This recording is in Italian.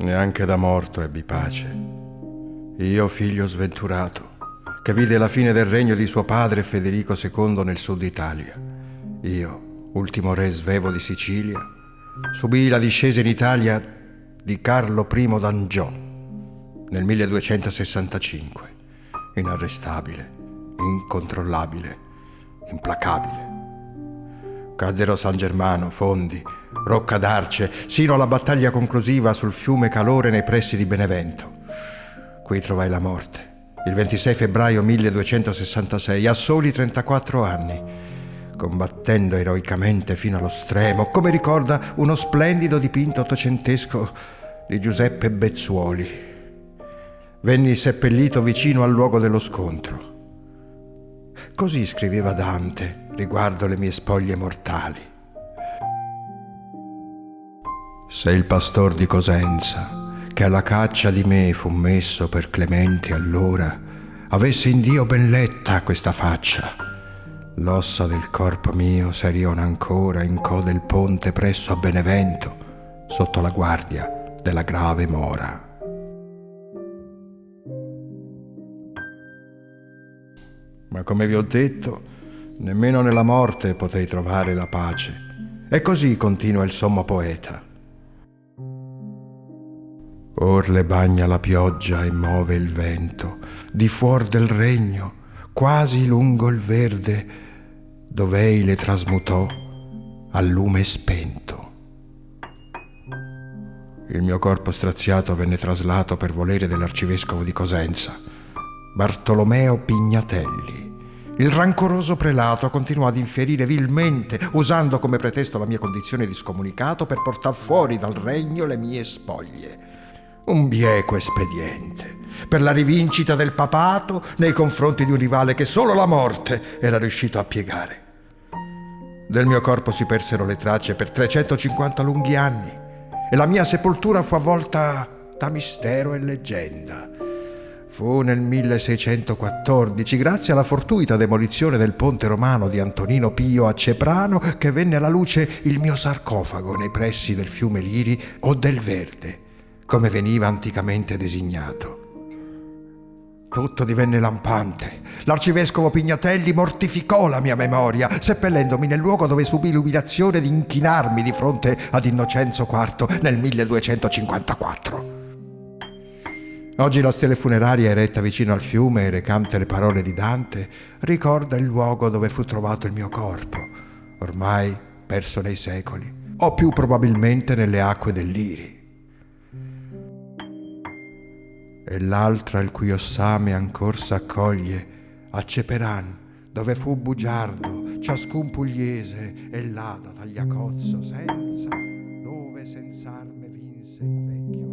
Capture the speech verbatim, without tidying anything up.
Neanche da morto ebbi pace. Io, figlio sventurato, che vide la fine del regno di suo padre Federico secondo nel sud Italia. Io, ultimo re svevo di Sicilia, subii la discesa in Italia di Carlo primo d'Angiò nel milleduecentosessantacinque, inarrestabile, incontrollabile, implacabile. Caddero San Germano, Fondi, Rocca d'Arce, sino alla battaglia conclusiva sul fiume Calore nei pressi di Benevento. Qui trovai la morte, il ventisei febbraio milleduecentosessantasei, a soli trentaquattro anni, combattendo eroicamente fino allo stremo, come ricorda uno splendido dipinto ottocentesco di Giuseppe Bezzuoli. Venni seppellito vicino al luogo dello scontro. Così scriveva Dante riguardo le mie spoglie mortali. Se il pastor di Cosenza, che alla caccia di me fu messo per Clemente allora, avesse in Dio ben letta questa faccia, l'ossa del corpo mio serion ancora in co del ponte presso a Benevento, sotto la guardia della grave mora. Ma come vi ho detto, nemmeno nella morte potei trovare la pace. E così continua il sommo poeta. Or le bagna la pioggia e move il vento, di fuor del regno, quasi lungo il verde, dov'ei le trasmutò al lume spento. Il mio corpo straziato venne traslato per volere dell'arcivescovo di Cosenza, Bartolomeo Pignatelli. Il rancoroso prelato continuò ad infierire vilmente, usando come pretesto la mia condizione di scomunicato per portar fuori dal regno le mie spoglie. Un bieco espediente per la rivincita del papato nei confronti di un rivale che solo la morte era riuscito a piegare. Del mio corpo si persero le tracce per trecentocinquanta lunghi anni e la mia sepoltura fu avvolta da mistero e leggenda. Fu nel milleseicentoquattordici, grazie alla fortuita demolizione del ponte romano di Antonino Pio a Ceprano, che venne alla luce il mio sarcofago nei pressi del fiume Liri o del Verde, come veniva anticamente designato. Tutto divenne lampante. L'arcivescovo Pignatelli mortificò la mia memoria, seppellendomi nel luogo dove subì l'umiliazione di inchinarmi di fronte ad Innocenzo quarto nel milleduecentocinquantaquattro. Oggi la stele funeraria eretta vicino al fiume, recante le parole di Dante, ricorda il luogo dove fu trovato il mio corpo, ormai perso nei secoli, o più probabilmente nelle acque del Liri. E l'altra il cui ossame ancor s'accoglie a Ceperan, dove fu bugiardo ciascun pugliese, e là da Tagliacozzo senza, dove senz'arme vinse il vecchio